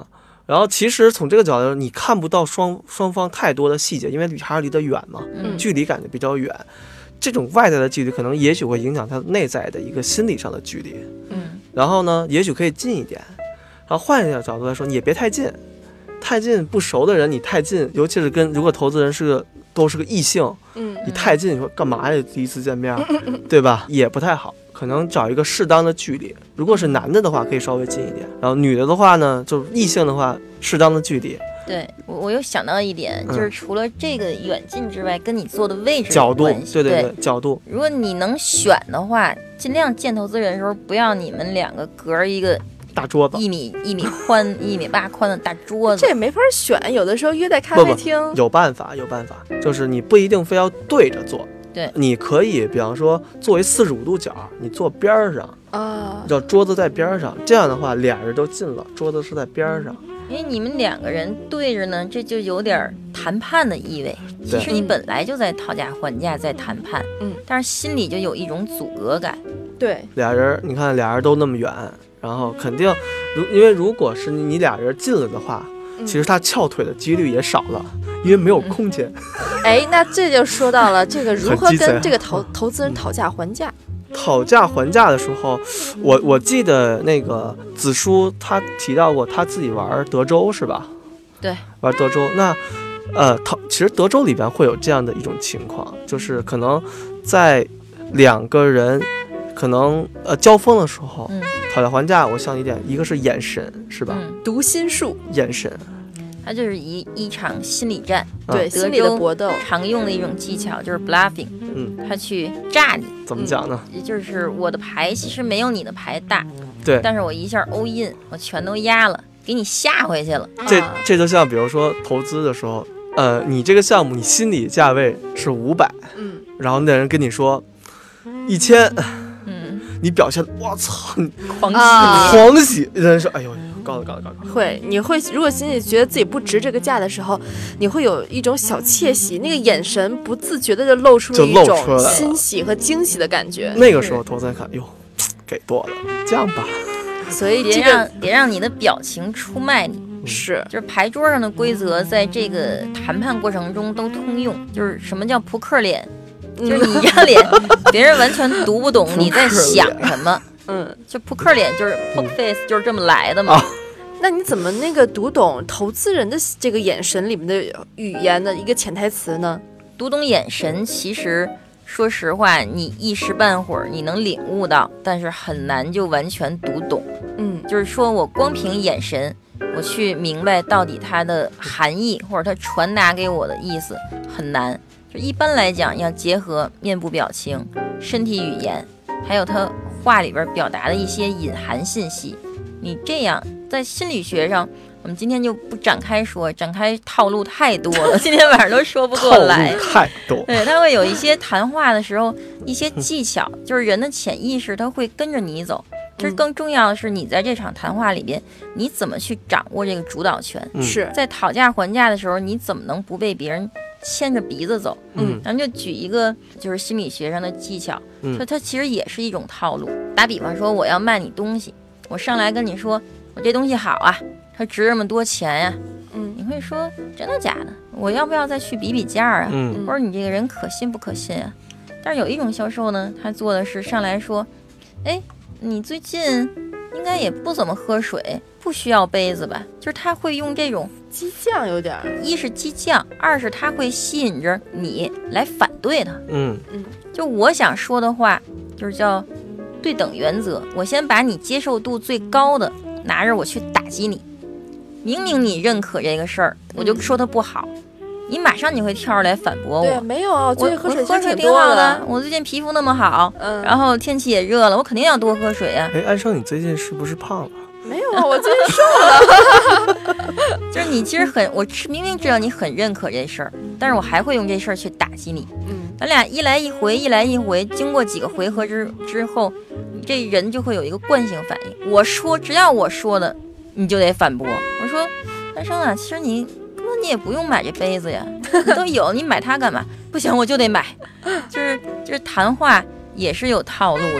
[SPEAKER 6] 然后其实从这个角度，你看不到双双方太多的细节，因为还是离得远嘛，
[SPEAKER 7] 嗯
[SPEAKER 6] 距离感觉比较远。这种外在的距离可能也许会影响他内在的一个心理上的距离。
[SPEAKER 7] 嗯，
[SPEAKER 6] 然后呢，也许可以近一点。然后换一个角度来说，你也别太近，太近不熟的人你太近，尤其是跟如果投资人是个都是个异性，
[SPEAKER 5] 嗯，
[SPEAKER 6] 你太近，你说干嘛呀？第一次见面，对吧？也不太好。可能找一个适当的距离，如果是男的的话，可以稍微近一点；然后女的的话呢，就是异性的话，适当的距离。
[SPEAKER 7] 对我，我又想到一点，
[SPEAKER 6] 嗯
[SPEAKER 7] 就是除了这个远近之外，跟你坐的位置有
[SPEAKER 6] 角度，
[SPEAKER 7] 关系
[SPEAKER 6] 对对
[SPEAKER 7] 对
[SPEAKER 6] 对，角度。
[SPEAKER 7] 如果你能选的话，尽量见投资人的时候，不要你们两个隔一个
[SPEAKER 6] 大桌子
[SPEAKER 7] 一米一米宽、一米八宽的大桌子。
[SPEAKER 5] 这也没法选，有的时候约在咖
[SPEAKER 6] 不不
[SPEAKER 5] 啡厅，
[SPEAKER 6] 有办法，有办法，就是你不一定非要对着坐。
[SPEAKER 7] 对，
[SPEAKER 6] 你可以比方说作为四十五度角，你坐边儿上，
[SPEAKER 5] 啊，
[SPEAKER 6] 让桌子在边儿上，这样的话俩人都近了，桌子是在边儿上。
[SPEAKER 7] 因为你们两个人对着呢，这就有点谈判的意味。其实你本来就在讨价还价，在谈判，
[SPEAKER 5] 嗯，
[SPEAKER 7] 但是心里就有一种阻隔感。
[SPEAKER 5] 对，
[SPEAKER 6] 俩人，你看俩人都那么远，然后肯定，如因为如果是你俩人近了的话，
[SPEAKER 5] 嗯
[SPEAKER 6] 其实他翘腿的几率也少了，因为没有空间。
[SPEAKER 5] 哎，那这就说到了这个如何
[SPEAKER 6] 很鸡贼
[SPEAKER 5] 跟这个投投资人讨价还价。
[SPEAKER 6] 讨价还价的时候，我我记得那个子舒他提到过他自己玩德州是吧？
[SPEAKER 7] 对，
[SPEAKER 6] 玩德州。那呃，讨其实德州里边会有这样的一种情况，就是可能在两个人可能呃交锋的时候，
[SPEAKER 7] 嗯
[SPEAKER 6] 讨价还价，我想一点，一个是眼神是吧？
[SPEAKER 7] 嗯，
[SPEAKER 5] 读心术，
[SPEAKER 6] 眼神，
[SPEAKER 7] 它就是一一场心理战。
[SPEAKER 5] 对，
[SPEAKER 7] 德
[SPEAKER 5] 心理的
[SPEAKER 7] 州
[SPEAKER 5] 搏斗。
[SPEAKER 7] 常用的一种技巧就是 bluffing，
[SPEAKER 6] 嗯，
[SPEAKER 7] 他去诈你，
[SPEAKER 6] 怎么讲呢？
[SPEAKER 7] 也就是我的牌其实没有你的牌大，
[SPEAKER 6] 对，
[SPEAKER 7] 但是我一下 all in，我全都压了，给你吓回去了。
[SPEAKER 6] 这
[SPEAKER 5] 啊
[SPEAKER 6] 这就像比如说投资的时候，呃，你这个项目你心理价位是五百，
[SPEAKER 5] 嗯，
[SPEAKER 6] 然后那人跟你说一千，
[SPEAKER 7] 嗯，
[SPEAKER 6] 你表现我操，你
[SPEAKER 7] 狂喜。
[SPEAKER 5] 啊
[SPEAKER 6] 狂喜，人说哎呦，高了高了高了，
[SPEAKER 5] 会，你会如果心里觉得自己不值这个价的时候，你会有一种小窃喜，那个眼神不自觉的就露出
[SPEAKER 6] 就
[SPEAKER 5] 了一种
[SPEAKER 6] 露出来了
[SPEAKER 5] 欣喜和惊喜的感觉。
[SPEAKER 6] 那个时候投资人看，哟，给多了，这样吧，
[SPEAKER 5] 所以
[SPEAKER 7] 别
[SPEAKER 5] 这个
[SPEAKER 7] 让别让你的表情出卖你，
[SPEAKER 5] 是
[SPEAKER 7] 就是牌桌上的规则，在这个谈判过程中都通用。就是什么叫扑克脸，就是你一张脸，别人完全读不懂你在想什么。
[SPEAKER 5] 嗯，
[SPEAKER 7] 就扑克脸就是 poker face，就是这么来的嘛。
[SPEAKER 6] 啊
[SPEAKER 5] 那你怎么那个读懂投资人的这个眼神里面的语言的一个潜台词呢？
[SPEAKER 7] 读懂眼神，其实说实话，你一时半会儿你能领悟到，但是很难就完全读懂。
[SPEAKER 5] 嗯，
[SPEAKER 7] 就是说我光凭眼神，我去明白到底它的含义或者它传达给我的意思很难。就一般来讲，要结合面部表情、身体语言，还有他话里边表达的一些隐含信息。你这样在心理学上，我们今天就不展开说，展开套路太多了，今天晚上都说不过来
[SPEAKER 6] 套路。太多，
[SPEAKER 7] 对，他会有一些谈话的时候一些技巧，就是人的潜意识他会跟着你走。其实更重要的是，你在这场谈话里边，你怎么去掌握这个主导权？
[SPEAKER 6] 嗯
[SPEAKER 5] 是，
[SPEAKER 7] 在讨价还价的时候，你怎么能不被别人牵着鼻子走？
[SPEAKER 6] 嗯
[SPEAKER 7] 咱们就举一个就是心理学上的技巧，
[SPEAKER 6] 嗯
[SPEAKER 7] 它它其实也是一种套路。打比方说，我要卖你东西，我上来跟你说我这东西好啊，它值这么多钱呀、
[SPEAKER 5] 嗯
[SPEAKER 7] 你会说真的假的？我要不要再去比比价啊？
[SPEAKER 6] 嗯
[SPEAKER 7] 或者你这个人可信不可信啊？但是有一种销售呢，他做的是上来说，哎，你最近应该也不怎么喝水，不需要杯子吧？就是他会用这种，
[SPEAKER 5] 激将有点儿。
[SPEAKER 7] 一是激将，二是他会吸引着你来反对他。
[SPEAKER 6] 嗯
[SPEAKER 7] 就我想说的话，就是叫对等原则。我先把你接受度最高的拿着我去打击你，明明你认可这个事儿，我就说它不好，你马上你会跳出来反驳
[SPEAKER 5] 对，
[SPEAKER 7] 我。
[SPEAKER 5] 没有啊，我
[SPEAKER 7] 我
[SPEAKER 5] 最近喝水
[SPEAKER 7] 我喝水
[SPEAKER 5] 其实挺多
[SPEAKER 7] 挺好的，我最近皮肤那么好，
[SPEAKER 5] 嗯，
[SPEAKER 7] 然后天气也热了，我肯定要多喝水啊。
[SPEAKER 6] 哎，安生，你最近是不是胖了？
[SPEAKER 5] 没有啊，我最近瘦
[SPEAKER 7] 就是你其实很，我知明明知道你很认可这事儿，但是我还会用这事儿去打击你。
[SPEAKER 5] 嗯，
[SPEAKER 7] 咱俩一来一回，一来一回，经过几个回合之之后，你这人就会有一个惯性反应。我说，只要我说的，你就得反驳。我说，安生啊，其实你根本你也不用买这杯子呀，你都有，你买它干嘛？不行，我就得买。就是就是谈话也是有套路的。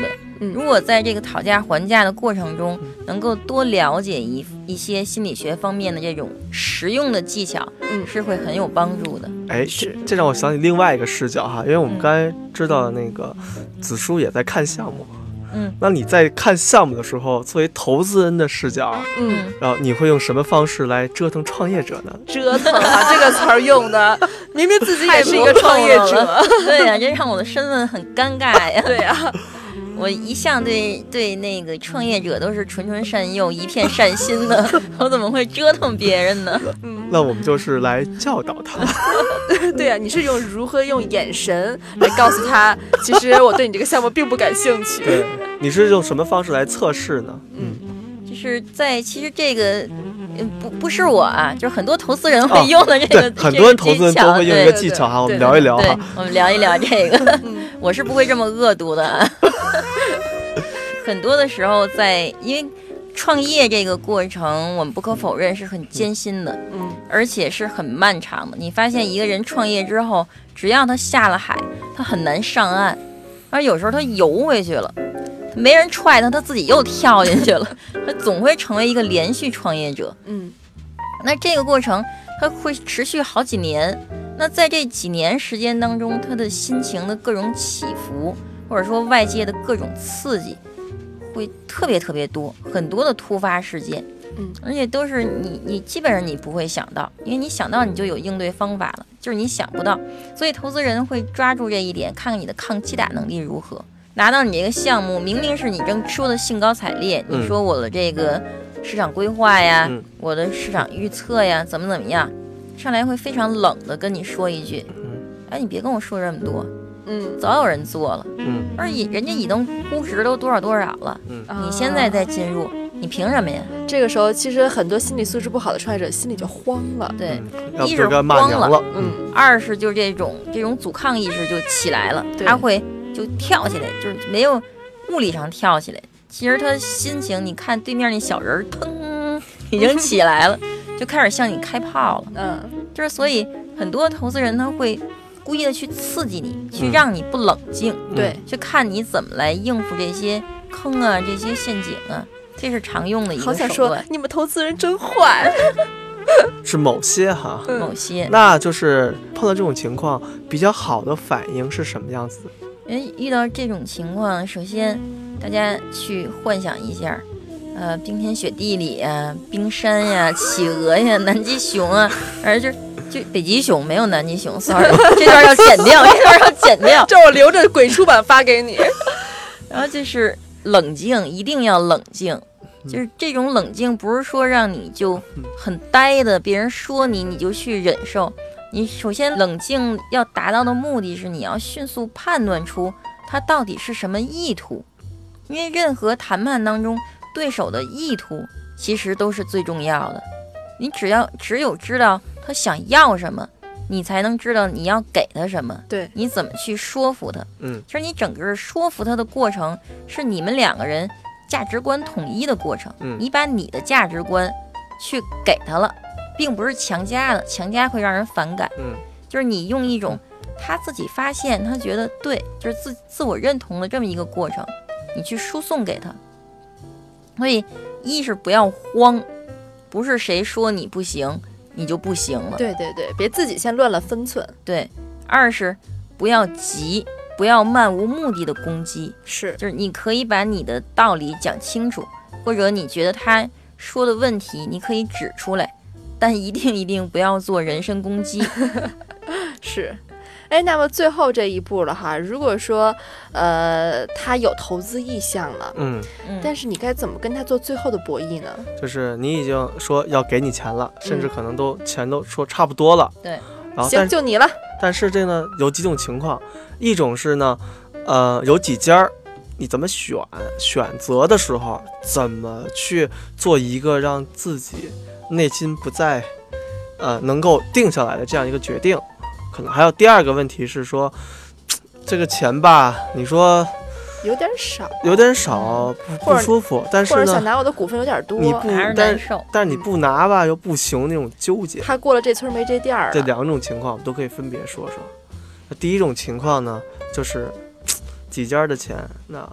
[SPEAKER 5] 嗯，
[SPEAKER 7] 如果在这个讨价还价的过程中，能够多了解一一些心理学方面的这种实用的技巧，
[SPEAKER 5] 嗯，
[SPEAKER 7] 是会很有帮助的。
[SPEAKER 6] 哎，这这让我想起另外一个视角哈，因为我们刚才知道那个子舒也在看项目，
[SPEAKER 7] 嗯，
[SPEAKER 6] 那你在看项目的时候，作为投资人的视角，
[SPEAKER 5] 嗯，
[SPEAKER 6] 然后你会用什么方式来折腾创业者呢？
[SPEAKER 5] 折腾啊，这个词儿用的，明明自己也是一个创业者，
[SPEAKER 7] 对呀、啊，这让我的身份很尴尬呀。
[SPEAKER 5] 对呀、啊。
[SPEAKER 7] 我一向对对那个创业者都是循循善诱、一片善心的，我怎么会折腾别人呢？
[SPEAKER 6] 嗯，那我们就是来教导他。
[SPEAKER 5] 对呀、啊，你是用如何用眼神来告诉他，其实我对你这个项目并不感兴趣。
[SPEAKER 6] 对，你是用什么方式来测试呢？
[SPEAKER 5] 嗯，
[SPEAKER 7] 就是在其实这个。不不是我啊，就是很多投资人会用的这个，
[SPEAKER 6] 哦、很多人投资人都会用一个技巧哈，我们聊一聊哈。
[SPEAKER 7] 我们聊一聊这个，我是不会这么恶毒的、啊。很多的时候在，因为创业这个过程，我们不可否认是很艰辛的，
[SPEAKER 5] 嗯，
[SPEAKER 7] 而且是很漫长的。你发现一个人创业之后，只要他下了海，他很难上岸，而有时候他游回去了。没人踹他，他自己又跳进去了。他总会成为一个连续创业者。
[SPEAKER 5] 嗯，
[SPEAKER 7] 那这个过程他会持续好几年。那在这几年时间当中，他的心情的各种起伏，或者说外界的各种刺激，会特别特别多，很多的突发事件。
[SPEAKER 5] 嗯，
[SPEAKER 7] 而且都是你你基本上你不会想到，因为你想到你就有应对方法了，就是你想不到。所以投资人会抓住这一点，看看你的抗击打能力如何。拿到你这个项目，明明是你正说的兴高采烈，
[SPEAKER 6] 嗯、
[SPEAKER 7] 你说我的这个市场规划呀、
[SPEAKER 6] 嗯，
[SPEAKER 7] 我的市场预测呀，怎么怎么样，上来会非常冷的跟你说一句，
[SPEAKER 6] 嗯，
[SPEAKER 7] 哎，你别跟我说这么多，
[SPEAKER 5] 嗯，
[SPEAKER 7] 早有人做了，
[SPEAKER 6] 嗯，
[SPEAKER 7] 而已人家已经估值都多少多少了，
[SPEAKER 6] 嗯，
[SPEAKER 7] 你现在再进入，你凭什么呀？
[SPEAKER 5] 这个时候，其实很多心理素质不好的创业者心里就慌了，
[SPEAKER 7] 对，
[SPEAKER 6] 嗯、
[SPEAKER 7] 一是
[SPEAKER 6] 慌
[SPEAKER 7] 了，
[SPEAKER 6] 了，
[SPEAKER 5] 嗯，
[SPEAKER 7] 二是就这种这种阻抗意识就起来了，他会就跳起来，就是没有物理上跳起来，其实他心情，你看对面那小人腾已经起来了，就开始向你开炮了，
[SPEAKER 5] 嗯，
[SPEAKER 7] 就是所以很多投资人他会故意的去刺激你，去让你不冷静，
[SPEAKER 5] 嗯、对，
[SPEAKER 7] 去看你怎么来应付这些坑啊，这些陷阱啊，这是常用的一个手段。
[SPEAKER 5] 好想说，你们投资人真坏。
[SPEAKER 6] 是某些哈，
[SPEAKER 7] 某些，
[SPEAKER 6] 那就是碰到这种情况，比较好的反应是什么样子？
[SPEAKER 7] 人遇到这种情况，首先大家去幻想一下，呃，冰天雪地里啊，冰山呀、企鹅呀、南极熊啊，而就就北极熊没有南极熊 ，sorry， 这段要剪掉，这段要剪掉，
[SPEAKER 5] 这我留着鬼出版发给你。
[SPEAKER 7] 然后就是冷静，一定要冷静。就是这种冷静，不是说让你就很呆的，别人说你你就去忍受。你首先冷静要达到的目的是，你要迅速判断出他到底是什么意图。因为任何谈判当中，对手的意图其实都是最重要的。你只要只有知道他想要什么，你才能知道你要给他什么。
[SPEAKER 5] 对，
[SPEAKER 7] 你怎么去说服他？
[SPEAKER 6] 嗯，
[SPEAKER 7] 其实你整个说服他的过程，是你们两个人价值观统一的过程，
[SPEAKER 6] 嗯，
[SPEAKER 7] 你把你的价值观去给他了，并不是强加的，强加会让人反感，
[SPEAKER 6] 嗯，
[SPEAKER 7] 就是你用一种他自己发现他觉得对，就是自自我认同的这么一个过程，你去输送给他。所以一是不要慌，不是谁说你不行你就不行了，
[SPEAKER 5] 对对对，别自己先乱了分寸。
[SPEAKER 7] 对，二是不要急，不要漫无目的的攻击，
[SPEAKER 5] 是，
[SPEAKER 7] 就是你可以把你的道理讲清楚，或者你觉得他说的问题你可以指出来，但一定一定不要做人身攻击。
[SPEAKER 5] 是，哎，那么最后这一步了哈，如果说呃他有投资意向了，
[SPEAKER 6] 嗯，
[SPEAKER 5] 但是你该怎么跟他做最后的博弈呢？
[SPEAKER 6] 就是你已经说要给你钱了，甚至可能都、嗯、钱都说差不多了，
[SPEAKER 7] 对，
[SPEAKER 6] 然后
[SPEAKER 5] 行，就你了。
[SPEAKER 6] 但是这呢有几种情况，一种是呢，呃，有几家你怎么选选择的时候，怎么去做一个让自己内心不再呃能够定下来的这样一个决定。可能还有第二个问题是说，这个钱吧，你说
[SPEAKER 5] 有点少，
[SPEAKER 6] 有点少，不不舒服，但是呢，
[SPEAKER 5] 或者想拿我的股份有点多，
[SPEAKER 6] 你不
[SPEAKER 7] 还是难受，
[SPEAKER 6] 但是你不拿吧，又不行，那种纠结。
[SPEAKER 5] 他过了这村没这店儿。
[SPEAKER 6] 这两种情况我们都可以分别说说。那第一种情况呢，就是几家的钱，那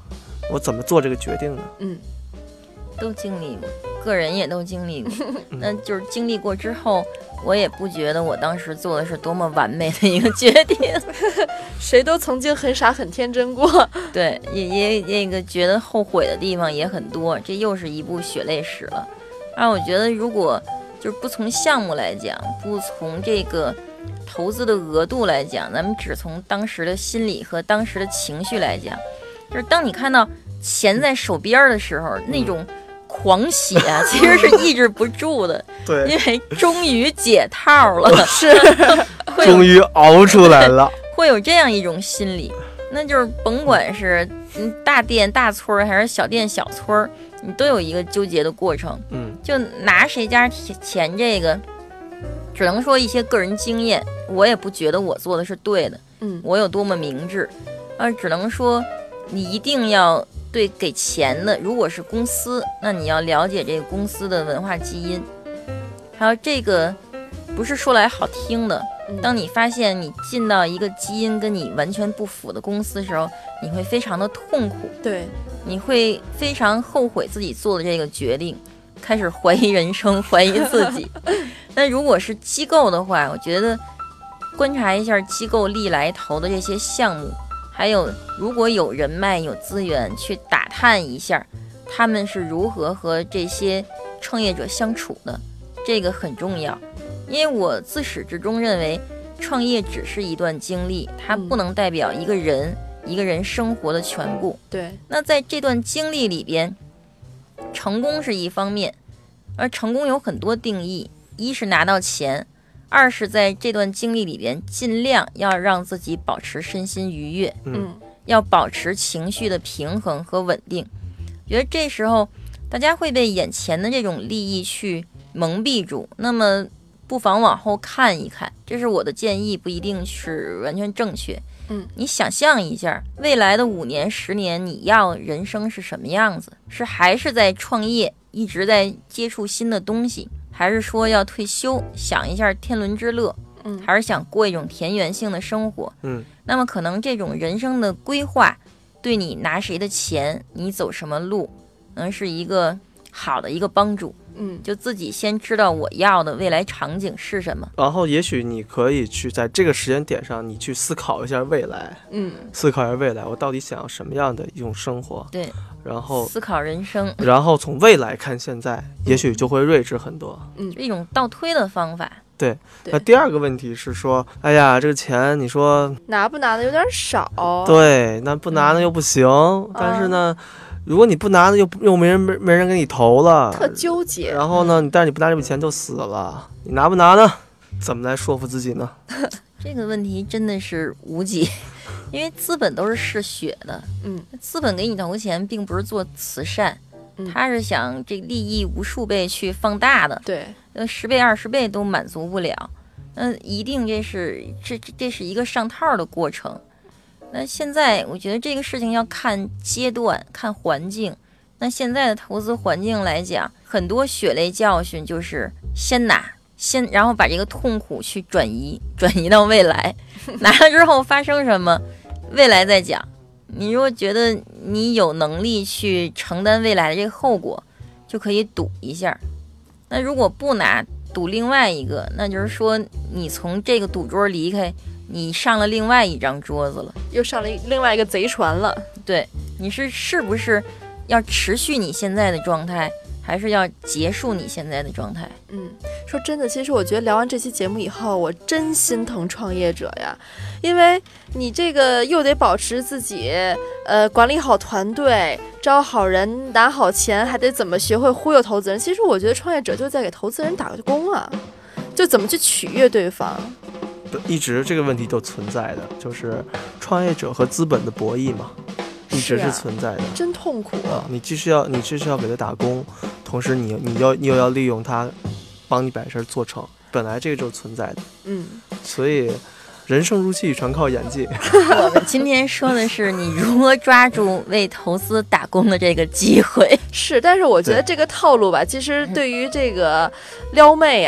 [SPEAKER 6] 我怎么做这个决定呢？
[SPEAKER 5] 嗯，
[SPEAKER 7] 都经历过，个人也都经历过。那就是经历过之后，我也不觉得我当时做的是多么完美的一个决定。
[SPEAKER 5] 谁都曾经很傻很天真过。
[SPEAKER 7] 对，也也那个觉得后悔的地方也很多，这又是一部血泪史了。啊，我觉得如果就是不从项目来讲，不从这个投资的额度来讲，咱们只从当时的心理和当时的情绪来讲，就是当你看到钱在手边的时候，那种狂喜啊，其实是抑制不住的。
[SPEAKER 6] 对，
[SPEAKER 7] 因为终于解套了，
[SPEAKER 5] 是，
[SPEAKER 6] 终于熬出来了，
[SPEAKER 7] 会有这样一种心理。那就是甭管是嗯大店大村还是小店小村，你都有一个纠结的过程。
[SPEAKER 6] 嗯，
[SPEAKER 7] 就拿谁家钱这个，只能说一些个人经验，我也不觉得我做的是对的。
[SPEAKER 5] 嗯，
[SPEAKER 7] 我有多么明智，而只能说你一定要对给钱的，如果是公司，那你要了解这个公司的文化基因，还有这个不是说来好听的。当你发现你进到一个基因跟你完全不符的公司的时候，你会非常的痛苦，
[SPEAKER 5] 对，
[SPEAKER 7] 你会非常后悔自己做的这个决定，开始怀疑人生，怀疑自己。那如果是机构的话，我觉得观察一下机构历来投的这些项目，还有如果有人脉有资源，去打探一下他们是如何和这些创业者相处的，这个很重要。因为我自始至终认为创业只是一段经历，它不能代表一个人、嗯、一个人生活的全部。
[SPEAKER 5] 对，
[SPEAKER 7] 那在这段经历里边，成功是一方面，而成功有很多定义，一是拿到钱，二是在这段经历里边尽量要让自己保持身心愉悦，
[SPEAKER 5] 嗯，
[SPEAKER 7] 要保持情绪的平衡和稳定。觉得这时候大家会被眼前的这种利益去蒙蔽住，那么不妨往后看一看，这是我的建议，不一定是完全正确。
[SPEAKER 5] 嗯，
[SPEAKER 7] 你想象一下，未来的五年、十年，你要人生是什么样子？是还是在创业，一直在接触新的东西，还是说要退休，想一下天伦之乐？
[SPEAKER 5] 嗯，
[SPEAKER 7] 还是想过一种田园性的生活？
[SPEAKER 6] 嗯，
[SPEAKER 7] 那么可能这种人生的规划，对你拿谁的钱，你走什么路，能是一个好的一个帮助。嗯，就自己先知道我要的未来场景是什么，
[SPEAKER 6] 然后也许你可以去在这个时间点上，你去思考一下未来，
[SPEAKER 5] 嗯，
[SPEAKER 6] 思考一下未来，我到底想要什么样的一种生活？
[SPEAKER 7] 对，
[SPEAKER 6] 然后
[SPEAKER 7] 思考人生，
[SPEAKER 6] 然后从未来看现在，也许就会睿智很多。
[SPEAKER 7] 嗯，一种倒推的方法。
[SPEAKER 6] 对，那第二个问题是说，哎呀，这个钱你说
[SPEAKER 5] 拿不拿的有点少，
[SPEAKER 6] 对，那不拿呢又不行，嗯、但是呢。啊如果你不拿，又又没人没没人给你投了，
[SPEAKER 5] 特纠结。
[SPEAKER 6] 然后呢，但是你不拿这笔钱就死了，你拿不拿呢？怎么来说服自己呢？
[SPEAKER 7] 这个问题真的是无解，因为资本都是嗜血的。嗯，资本给你投钱，并不是做慈善，嗯、他是想这利益无数倍去放大的。
[SPEAKER 5] 对，
[SPEAKER 7] 呃，十倍、二十倍都满足不了，那一定这是这这是一个上套的过程。那现在我觉得这个事情要看阶段看环境，那现在的投资环境来讲，很多血泪教训就是先拿先然后把这个痛苦去转移转移到未来，拿了之后发生什么未来再讲。你如果觉得你有能力去承担未来的这个后果，就可以赌一下。那如果不拿，赌另外一个，那就是说你从这个赌桌离开，你上了另外一张桌子了，
[SPEAKER 5] 又上了另外一个贼船了。
[SPEAKER 7] 对，你是是不是要持续你现在的状态，还是要结束你现在的状态？
[SPEAKER 5] 嗯，说真的，其实我觉得聊完这期节目以后，我真心疼创业者呀，因为你这个又得保持自己，呃，管理好团队，招好人，拿好钱，还得怎么学会忽悠投资人。其实我觉得创业者就在给投资人打个工啊，就怎么去取悦对方。
[SPEAKER 6] 一直这个问题都存在的，就是创业者和资本的博弈嘛，一直是存在的，
[SPEAKER 5] 啊、真痛苦啊！
[SPEAKER 6] 你既是要你既是要给他打工，同时你你要你又要利用他，帮你把事做成，本来这个就是存在的。
[SPEAKER 5] 嗯，
[SPEAKER 6] 所以人生如戏，全靠演技。
[SPEAKER 7] 我们今天说的是你如何抓住为投资打工的这个机会。
[SPEAKER 5] 是，但是我觉得这个套路吧，其实对于这个撩妹啊，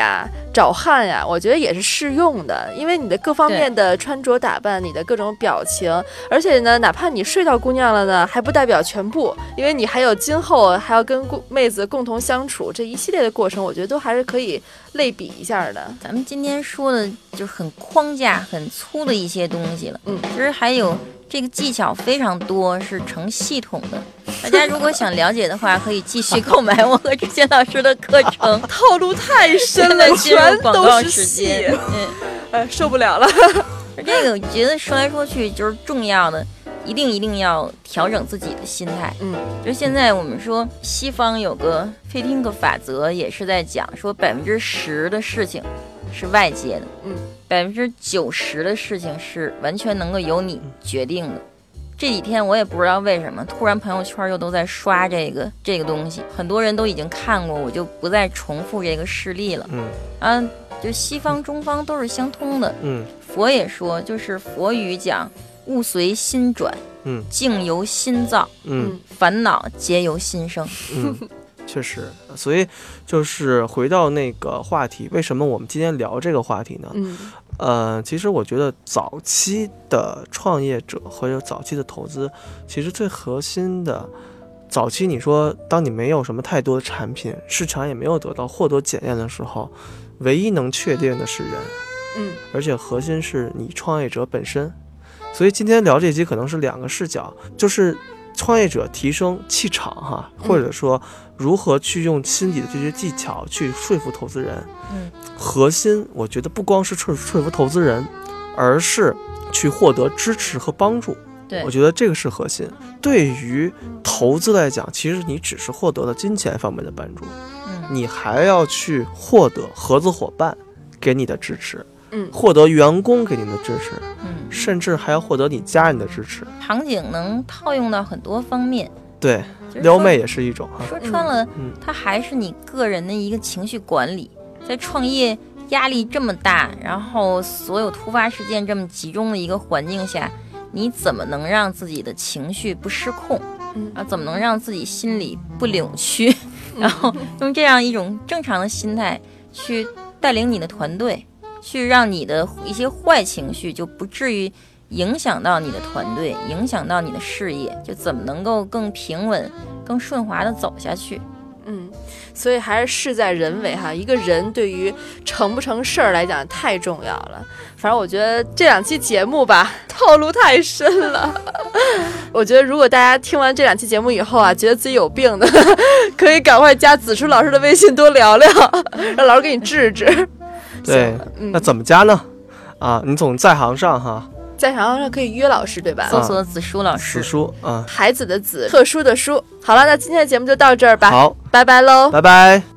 [SPEAKER 5] 找汉呀，我觉得也是适用的，因为你的各方面的穿着打扮，你的各种表情，而且呢，哪怕你睡到姑娘了呢，还不代表全部，因为你还有今后还要跟妹子共同相处这一系列的过程，我觉得都还是可以类比一下的。
[SPEAKER 7] 咱们今天说的就是很框架、很粗的一些东西了，
[SPEAKER 5] 嗯，
[SPEAKER 7] 其实还有这个技巧非常多，是成系统的。大家如果想了解的话，可以继续购买我和志谦老师的课程。
[SPEAKER 5] 套路太深了，全都是戏，
[SPEAKER 7] 嗯，
[SPEAKER 5] 哎，受不了了。
[SPEAKER 7] 这个我觉得说来说去就是重要的，一定一定要调整自己的心态。
[SPEAKER 5] 嗯，
[SPEAKER 7] 就现在我们说西方有个费汀克法则，也是在讲说百分之十的事情是外界的，
[SPEAKER 5] 嗯，
[SPEAKER 7] 百分之九十的事情是完全能够由你决定的。这几天我也不知道为什么，突然朋友圈又都在刷这个这个东西，很多人都已经看过，我就不再重复这个事例了。
[SPEAKER 6] 嗯，
[SPEAKER 7] 啊，就西方中方都是相通的。
[SPEAKER 6] 嗯，
[SPEAKER 7] 佛也说，就是佛语讲物随心转，
[SPEAKER 6] 嗯，
[SPEAKER 7] 境由心造，
[SPEAKER 6] 嗯，
[SPEAKER 7] 烦恼皆由心生。
[SPEAKER 6] 嗯，确实，所以就是回到那个话题，为什么我们今天聊这个话题呢？
[SPEAKER 5] 嗯。
[SPEAKER 6] 呃，其实我觉得早期的创业者和有早期的投资，其实最核心的，早期你说当你没有什么太多的产品，市场也没有得到获得检验的时候，唯一能确定的是人，
[SPEAKER 5] 嗯，
[SPEAKER 6] 而且核心是你创业者本身。所以今天聊这集可能是两个视角，就是创业者提升气场哈，或者说如何去用心理的这些技巧去说服投资人。
[SPEAKER 7] 嗯，
[SPEAKER 6] 核心我觉得不光是说服投资人，而是去获得支持和帮助。
[SPEAKER 7] 对，
[SPEAKER 6] 我觉得这个是核心。对于投资来讲，其实你只是获得了金钱方面的帮助，
[SPEAKER 7] 嗯，
[SPEAKER 6] 你还要去获得合资伙伴给你的支持，
[SPEAKER 5] 嗯，
[SPEAKER 6] 获得员工给你的支持，
[SPEAKER 7] 嗯，
[SPEAKER 6] 甚至还要获得你家人的支持。
[SPEAKER 7] 场景能套用到很多方面。
[SPEAKER 6] 对，撩妹也是一种哈。
[SPEAKER 7] 说穿了，
[SPEAKER 6] 嗯，
[SPEAKER 7] 它还是你个人的一个情绪管理。在创业压力这么大，然后所有突发事件这么集中的一个环境下，你怎么能让自己的情绪不失控？
[SPEAKER 5] 嗯
[SPEAKER 7] 啊，怎么能让自己心里不扭曲？然后用这样一种正常的心态去带领你的团队，去让你的一些坏情绪就不至于影响到你的团队，影响到你的事业，就怎么能够更平稳、更顺滑地走下去。
[SPEAKER 5] 嗯，所以还是事在人为哈，一个人对于成不成事儿来讲太重要了。反正我觉得这两期节目吧，套路太深了。我觉得如果大家听完这两期节目以后啊，觉得自己有病的，可以赶快加子舒老师的微信多聊聊，让老师给你治治。
[SPEAKER 6] 对，
[SPEAKER 5] 嗯，
[SPEAKER 6] 那怎么加呢？啊，你总在行上哈。
[SPEAKER 5] 在场上可以约老师对吧？
[SPEAKER 7] 搜索子舒老师，
[SPEAKER 6] 子舒啊，
[SPEAKER 5] 孩子的子，特殊的殊。好了，那今天的节目就到这儿吧。
[SPEAKER 6] 好，
[SPEAKER 5] 拜拜喽，
[SPEAKER 6] 拜拜。